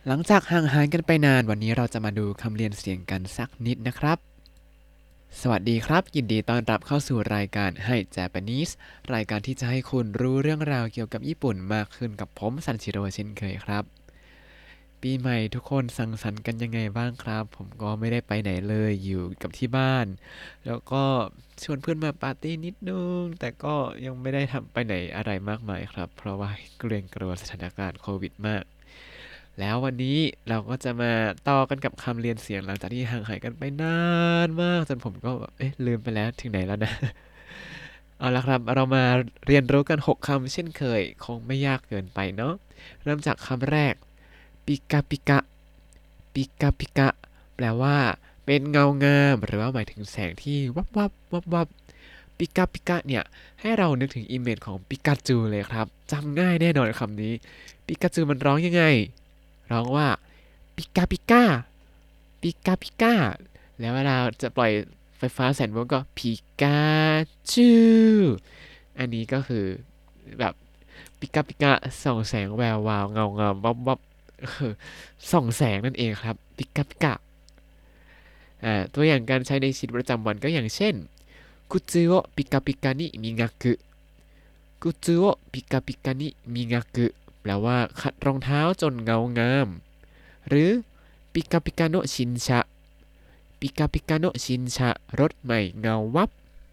หลังจากห่างหายกันไปนานวันนี้เราจะมาดูคำเรียนเสียงกันสักนิดนะครับสวัสดีครับยินดีต้อนรับเข้าสู่รายการให้ Japanese รายการที่จะให้คุณรู้เรื่องราวเกี่ยวกับญี่ปุ่นมากขึ้นกับผมซันชิโร่เช่นเคยครับปีใหม่ทุกคนสังสรรค์กันยังไงบ้างครับผมก็ไม่ได้ไปไหนเลยอยู่กับที่บ้านแล้วก็ชวนเพื่อนมาปาร์ตี้นิดนึงแต่ก็ยังไม่ได้ทำไปไหนอะไรมากมายครับเพราะว่าเกรงกลัวสถานการณ์โควิดมากแล้ววันนี้เราก็จะมาต่อกันกับคำเรียนเสียงหลังจากที่ห่างหายกันไปนานมากจนผมก็แบบลืมไปแล้วถึงไหนแล้วนะเอาละครับเรามาเรียนรู้กัน6คำเช่นเคยคงไม่ยากเกินไปเนาะเริ่มจากคำแรกปิกาปิกะปิกาปิกะแปลว่าเป็นเงางามหรือว่าหมายถึงแสงที่วับวับวับวับปิกาปิกะเนี่ยให้เรานึกถึงอิมเมจของปิกาจูเลยครับจำง่ายแน่นอนคำนี้ปิกาจูมันร้องยังไงร้องว่าปิกาปิกาปิกาปิกาแล้วเวลาจะปล่อยไฟฟ้าแสนโวลต์ก็ปิกาจูอันนี้ก็คือแบบปิกาปิกาส่องแสงแวววาวเงาเงาวับวับส่องแสงนั่นเองครับปิกาปิกาตัวอย่างการใช้ในชีวิตประจำวันก็อย่างเช่นกุจิโอปิกาปิกานิมิงากุกุจิโอปิกาปิกานิมิงากุแปลว่าขัดรองเท้าจนเงางามหรือปิกาปิกาโนะชินชะปิกาปิกาโนะชินชะรถใหม่เงาวับ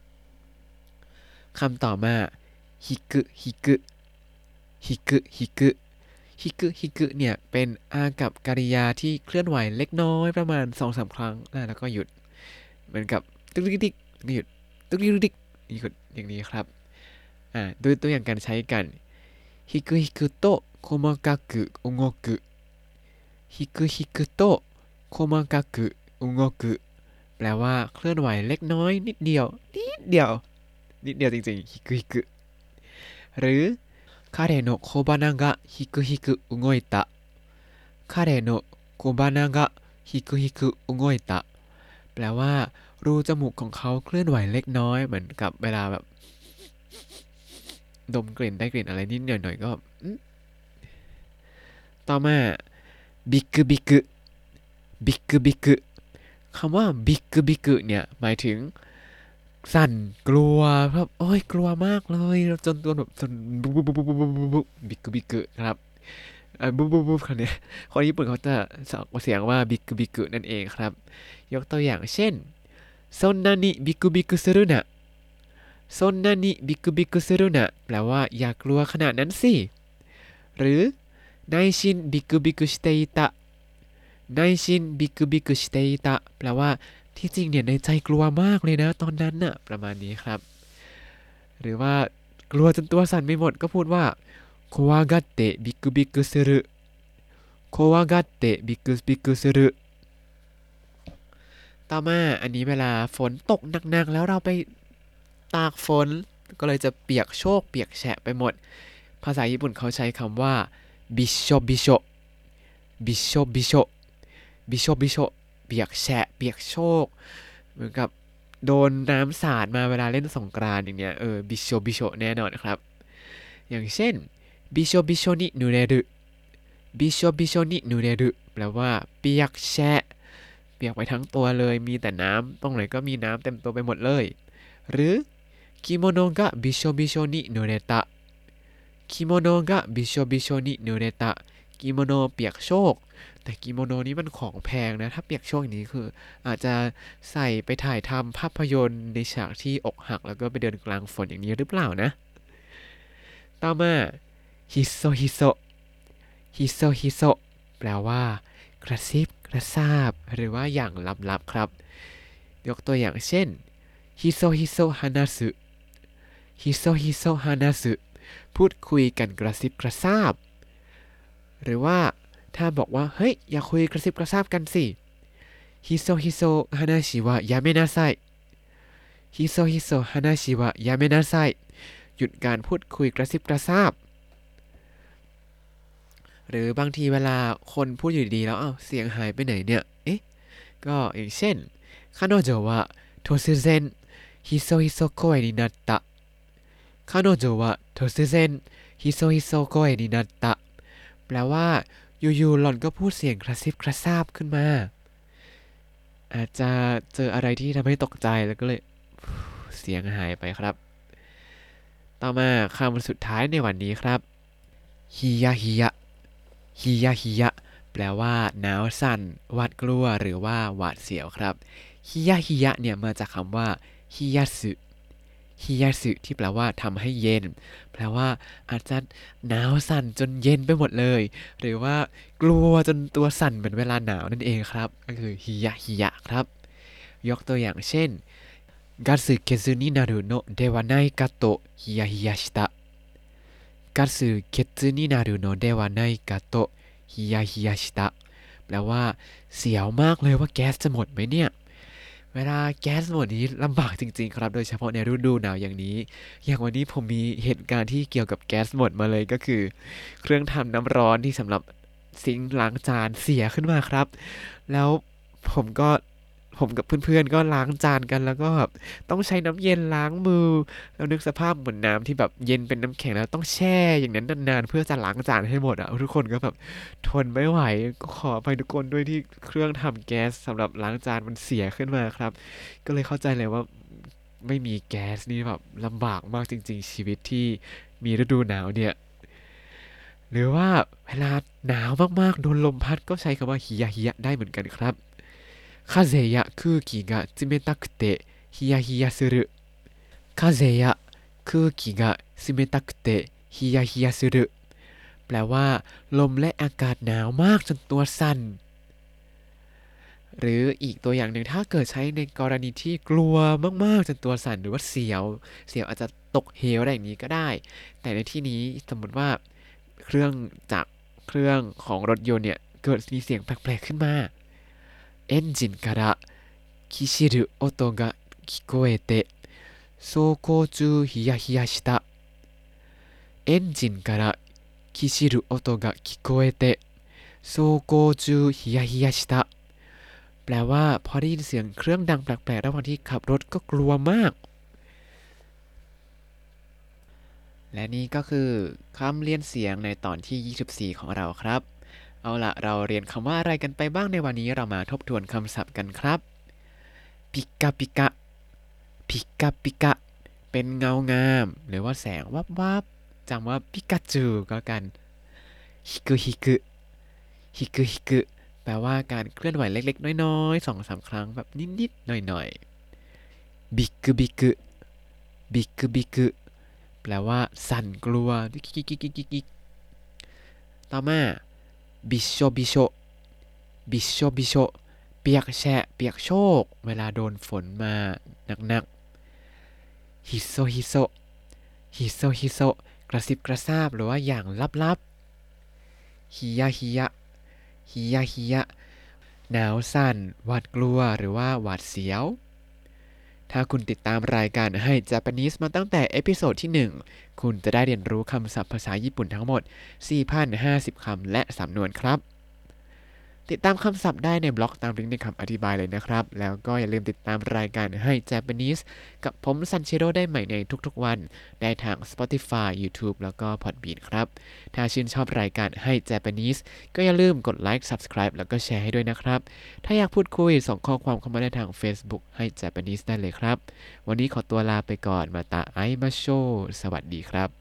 คำต่อมาฮิกุฮิกุฮิกุฮิกุฮิกุฮิกุเนี่ยเป็นอากับกริยาที่เคลื่อนไหวเล็กน้อยประมาณ2-3ครั้งแล้วก็หยุดเหมือนกับตึกติ๊กติ๊กก็หยุดตึกติ๊กติ๊กหยุดอย่างนี้ครับดูตัวอย่างการใช้กันฮิกุฮิกุโตโคโมกะกุอุโงกุฮิกุฮิกุโตโคโมกะกุอุโงกุแปลว่าเคลื่อนไหวเล็กน้อยนิดเดียวนิดเดียวนิดเดียวจริงๆฮิกุฮิกุหรือ彼の小鼻がひくひく動いた彼の小鼻がひくひく動いたแปลว่ารูจมูกของเขาเคลื่อนไหวเล็กน้อยเหมือนกับเวลาแบบดมกลิ่นได้กลิ่นอะไรนิดหน่อยๆก็ต่อมาบิกบิกบิกบิกคำว่าบิกบิกเนี่ยหมายถึงสั่นกลัวแบบโอ้ยกลัวมากเลยจนตัวแบบจนบุบบุบบุบบุบบุบบิกบิกครับบุบบุบบุบคนนี้คนญี่ปุ่นเขาจะเสียงว่าบิกบิกนั่นเองครับยกตัวอย่างเช่นそんなにビクビクするなそんなにビクビクするなแปลว่าอย่ากลัวขนาดนั้นสิหรือ内心ビクビクしていた内心ビクビクしていたแปลว่าที่จริงเนี่ยในใจกลัวมากเลยนะตอนนั้นน่ะประมาณนี้ครับหรือว่ากลัวจนตัวสั่นไปหมดก็พูดว่า怖がってビクビクする怖がってビクビクするต่อมาอันนี้เวลาฝนตกหนักๆแล้วเราไปตากฝนก็เลยจะเปียกโชกเปียกแฉะไปหมดภาษาญี่ปุ่นเขาใช้คำว่าบิโชบิโชบิโชบิโชบิโชบิโชเปียกแฉะเปียกโชกเหมือนกับโดนน้ำสาดมาเวลาเล่นสงกรานต์อย่างเงี้ยบิโชบิโชแน่นอนครับอย่างเช่นบิโชบิโชนินูเรรุบิโชบิโชนินูเรรุแปลว่าเปียกแฉะเปียกไปทั้งตัวเลยมีแต่น้ำตรงไหนก็มีน้ำเต็มตัวไปหมดเลยหรือกิโมโนกะบิโชบิโชนินูเรตะกิโมโนกะบิโชบิโชนินูเรตะกิโมโนเปียกโชกแต่กิโมโนนี้มันของแพงนะถ้าเปียกโชกอย่างนี้คืออาจจะใส่ไปถ่ายทำภาพยนตร์ในฉากที่อกหักแล้วก็ไปเดินกลางฝนอย่างนี้หรือเปล่านะต่อมาฮิโซฮิโซฮิโซฮิโซแปลว่ากระซิบกระซาบหรือว่าอย่างลับๆครับยกตัวอย่างเช่นฮิโซฮิโซฮานาสึฮิโซฮิโซฮานาสึพูดคุยกันกระซิบกระซาบหรือว่าถ้าบอกว่าเฮ้ยอย่าคุยกระซิบกระซาบกันสิฮิโซฮิโซฮานาชิวะยาเมนาไซฮิโซฮิโซฮานาชิวะยาเมนาไซหยุดการพูดคุยกระซิบกระซาบหรือบางทีเวลาคนพูดอยู่ดีๆแล้วเสียงหายไปไหนเนี่ยก็อย่างเช่น彼女は突然ひそひそ声になった彼女は突然ひそひそ声になったแปลว่าอยู่ๆหล่อนก็พูดเสียงกระซิบกระซาบขึ้นมาอาจจะเจออะไรที่ทำให้ตกใจแล้วก็เลยเสียงหายไปครับต่อมาคำสุดท้ายในวันนี้ครับฮิยะฮิยะฮิยะฮิยะแปลว่าหนาวสั่นหวาดกลัวหรือว่าหวาดเสียวครับฮิยะฮิยะเนี่ยมาจากคำว่าฮิยะสึฮิยาสึที่แปลว่าทำให้เย็นแปลว่าอาจจะหนาวสั่นจนเย็นไปหมดเลยหรือว่ากลัวจนตัวสั่นเหมือนเวลาหนาวนั่นเองครับก็คือฮิยะฮิยะครับยกตัวอย่างเช่นガス欠になるのではないかとヒヤヒヤしたガス欠になるのではないかとヒヤヒヤしたแปลว่าเสียวมากเลยว่าแก๊สจะหมดไหมเนี่ยเวลาแก๊สหมดนี้ลำบากจริงๆครับโดยเฉพาะในฤดูหนาวอย่างนี้อย่างวันนี้ผมมีเหตุการณ์ที่เกี่ยวกับแก๊สหมดมาเลยก็คือเครื่องทำน้ำร้อนที่สำหรับซิงค์ล้างจานเสียขึ้นมาครับแล้วผมกับเพื่อนๆก็ล้างจานกันแล้วก็แบบต้องใช้น้ำเย็นล้างมือแล้วนึกสภาพเหมือนน้ำที่แบบเย็นเป็นน้ำแข็งแล้วต้องแช่อย่างนั้นนานๆเพื่อจะล้างจานให้หมดอ่ะทุกคนก็แบบทนไม่ไหวก็ขออภัยทุกคนด้วยที่เครื่องทำแก๊สสำหรับล้างจานมันเสียขึ้นมาครับก็เลยเข้าใจเลยว่าไม่มีแก๊สนี่แบบลำบากมากจริงๆชีวิตที่มีฤดูหนาวเนี่ยหรือว่าเวลาหนาวมากๆโดนลมพัดก็ใช้คำว่าฮิยะฮิยะได้เหมือนกันครับ風や空気が冷たくてヒヤヒヤする風や空気が冷たくてヒヤヒヤするแปลว่าลมและอากาศหนาวมากจนตัวสั่นหรืออีกตัวอย่างหนึ่งถ้าเกิดใช้ในกรณีที่กลัวมากๆจนตัวสั่นหรือว่าเสียวอาจจะตกเหวอะไรอย่างนี้ก็ได้แต่ในที่นี้สมมติว่าเครื่องจากเครื่องของรถยนต์เนี่ยเกิดมีเสียงแปลกๆขึ้นมาエンジンからきしる音が聞こえて走行中ヒヤヒヤしたエンジンからきしる音が聞こえて走行中ヒヤヒヤしたแปลว่าพอได้ยินเสียงเครื่องดังแปลกๆระหว่างที่ขับรถก็กลัวมากและนี่ก็คือคำเรียนเสียงในตอนที่ 24 ของเราครับเอาล่ะเราเรียนคำว่าอะไรกันไปบ้างในวันนี้เรามาทบทวนคำศัพท์กันครับปิกาปิกะปิกาปิกะเป็นเงางามหรือว่าแสงวับวับจำว่าปิกาจูก็กันฮิกุฮิกุฮิกุฮิกุแปลว่าการเคลื่อนไหวเล็กๆน้อยๆ2-3 ครั้งแบบนิดๆหน่อยๆบิกุบิกุบิกุบิกุแปลว่าสั่นกลัวกิ๊กต่อมาบิโชบิโชบิโชบิโชเปียกแฉะเปียกโชกเวลาโดนฝนมาหนักๆฮิโซฮิโซฮิโซฮิโซกระซิบกระซาบหรือว่าอย่างลับๆฮิยะฮิยะฮิยะฮิยะหนาวสั่นหวาดกลัวหรือว่าหวาดเสียวถ้าคุณติดตามรายการให้ Japanese มาตั้งแต่เอพิโซดที่ 1คุณจะได้เรียนรู้คำศัพท์ภาษาญี่ปุ่นทั้งหมด 4,050 คำและสำนวนครับติดตามคำศัพท์ได้ในบล็อกตามลิงก์ในคำอธิบายเลยนะครับแล้วก็อย่าลืมติดตามรายการให้ Japanese กับผมซันชิโร่ได้ใหม่ในทุกๆวันได้ทาง Spotify YouTube แล้วก็ Podbean ครับถ้าชื่นชอบรายการให้ Japanese ก็อย่าลืมกดไลค์ Subscribe แล้วก็แชร์ให้ด้วยนะครับถ้าอยากพูดคุยส่งข้อความเข้ามาได้ทาง Facebook ให้ Japanese ได้เลยครับวันนี้ขอตัวลาไปก่อนมาตาไอมาโชสวัสดีครับ